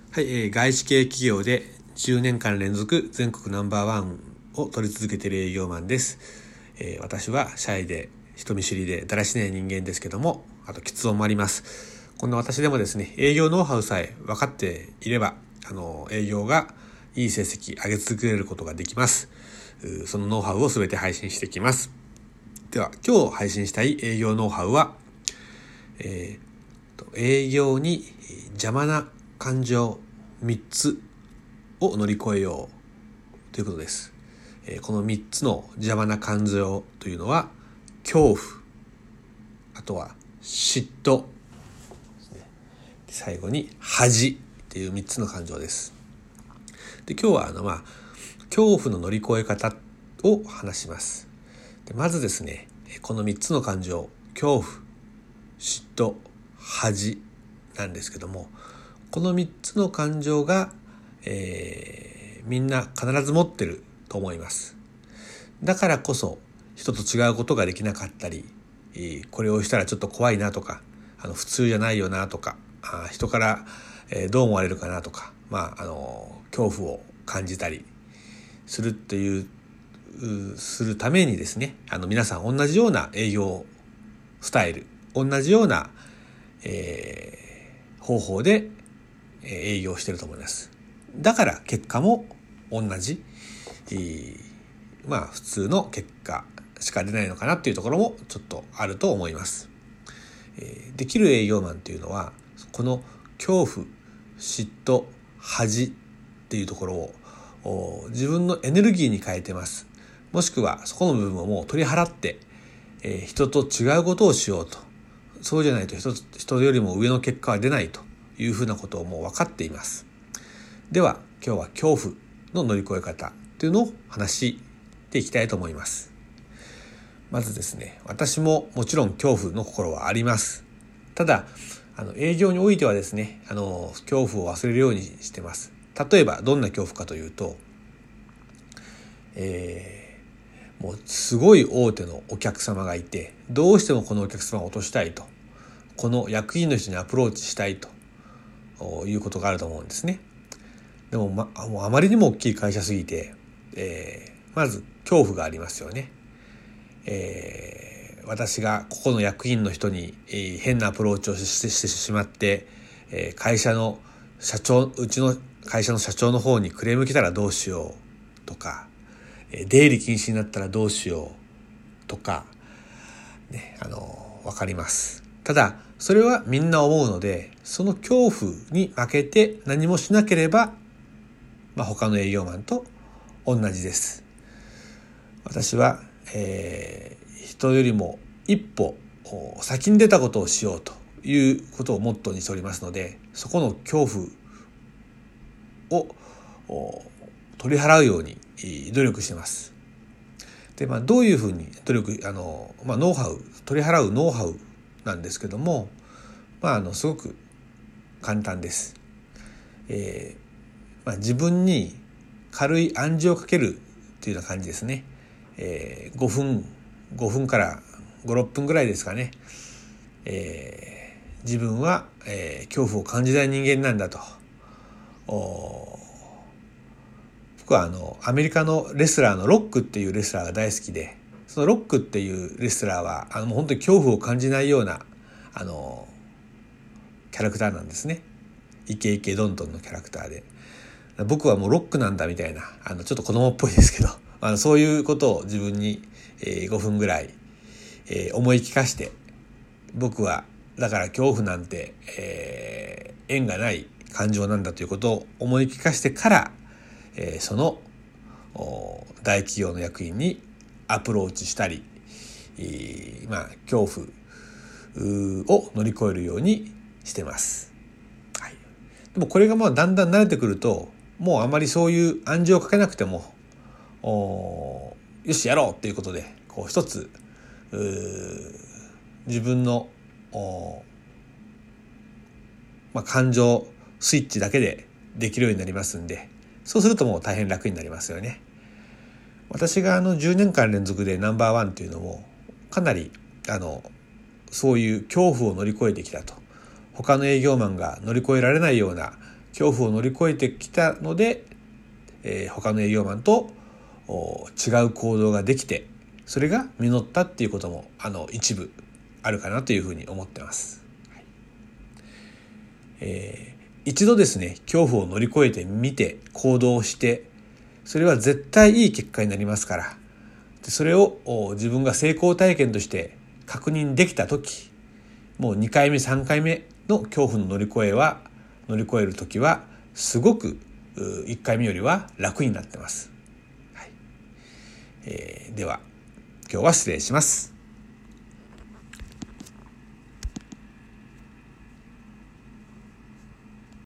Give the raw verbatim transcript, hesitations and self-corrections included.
はい、えー、外資系企業でじゅうねんかん連続全国ナンバーワンを取り続けている営業マンです。えー、私はシャイで人見知りでだらしない人間ですけども、あと喫音もあります。こんな私でもですね、営業ノウハウさえ分かっていれば、あの営業がいい成績上げ続けることができます。そのノウハウをすべて配信していきます。では、今日配信したい営業ノウハウは、えー、営業に邪魔な感情みっつを乗り越えようということです。このみっつの邪魔な感情というのは、恐怖、あとは嫉妬、最後に恥というみっつの感情です。で、今日はあのまあ恐怖の乗り越え方を話します。で、まずですね、このみっつの感情、恐怖、嫉妬、恥なんですけども、このみっつの感情が、えー、みんな必ず持ってると思います。だからこそ人と違うことができなかったり、これをしたらちょっと怖いなとか、あの普通じゃないよなとか、あ人から、えー、どう思われるかなとか、まああの恐怖を感じたりするっていうするためにですね、あの皆さん同じような営業スタイル、同じような、えー、方法で営業していると思います。だから結果も同じ、えー、まあ普通の結果しか出ないのかなっていうところもちょっとあると思います。えー、できる営業マンっていうのは、この恐怖、嫉妬、恥っていうところを自分のエネルギーに変えてます。もしくはそこの部分をもう取り払って、えー、人と違うことをしようと。そうじゃないと 人, 人よりも上の結果は出ないというふうなことをもう分かっています。では今日は恐怖の乗り越え方というのを話していきたいと思います。まずですね、私ももちろん恐怖の心はあります。ただあの営業においてはですね、あの恐怖を忘れるようにしてます。例えばどんな恐怖かというと、えー、もうすごい大手のお客様がいて、どうしてもこのお客様を落としたいと、この役員の人にアプローチしたいということがあると思うんですね。でも、ま、もうあまりにも大きい会社すぎて、えー、まず恐怖がありますよね。えー、私がここの役員の人に、えー、変なアプローチをしてしてしまって、えー、会社の社長、うちの会社の社長の方にクレーム来たらどうしようとか、えー、出入り禁止になったらどうしようとか、ね、あのわかります。ただそれはみんな思うので、その恐怖に負けて何もしなければ、まあ、他の営業マンと同じです。私は、えー、人よりも一歩先に出たことをしようということをモットーにしておりますので、そこの恐怖を取り払うように努力しています。で、まあ、どういうふうに努力、あの、まあ、ノウハウ、取り払うノウハウなんですけども、まあ、あのすごく簡単です。えーまあ、自分に軽い暗示をかけるというような感じですね。えー、ごふんごふんからご、ろっぷんぐらいですかね。えー、自分は、えー、恐怖を感じない人間なんだと。僕はあのアメリカのレスラーのロックっていうレスラーが大好きで、そのロックっていうレスラーはあのもう本当に恐怖を感じないようなあのキャラクターなんですね。イケイケドンドンのキャラクターで、僕はもうロックなんだみたいな、あのちょっと子供っぽいですけど、あのそういうことを自分に、えー、ごふんぐらい、えー、思い聞かして、僕はだから恐怖なんて、えー、縁がない感情なんだということを思い聞かしてから、えー、その大企業の役員にアプローチしたり、えー、まあ恐怖を乗り越えるようにしてます。はい、でもこれがまあだんだん慣れてくると、もうあまりそういう暗示をかけなくても、およしやろうっていうことで、こう一つ自分のまあ、感情スイッチだけでできるようになりますんで、そうするともう大変楽になりますよね。私があのじゅうねんかん連続でナンバーワンっていうのも、かなりあのそういう恐怖を乗り越えてきたと。他の営業マンが乗り越えられないような恐怖を乗り越えてきたので、えー、他の営業マンと違う行動ができて、それが実ったっていうこともあの一部あるかなというふうに思ってます。はい、えー、一度ですね恐怖を乗り越えてみて行動して、それは絶対いい結果になりますから、でそれを自分が成功体験として確認できたとき、もうにかいめさんかいめの恐怖の乗り越えは乗り越えるときはすごくいっかいめよりは楽になってます。はい、えー、では今日は失礼します。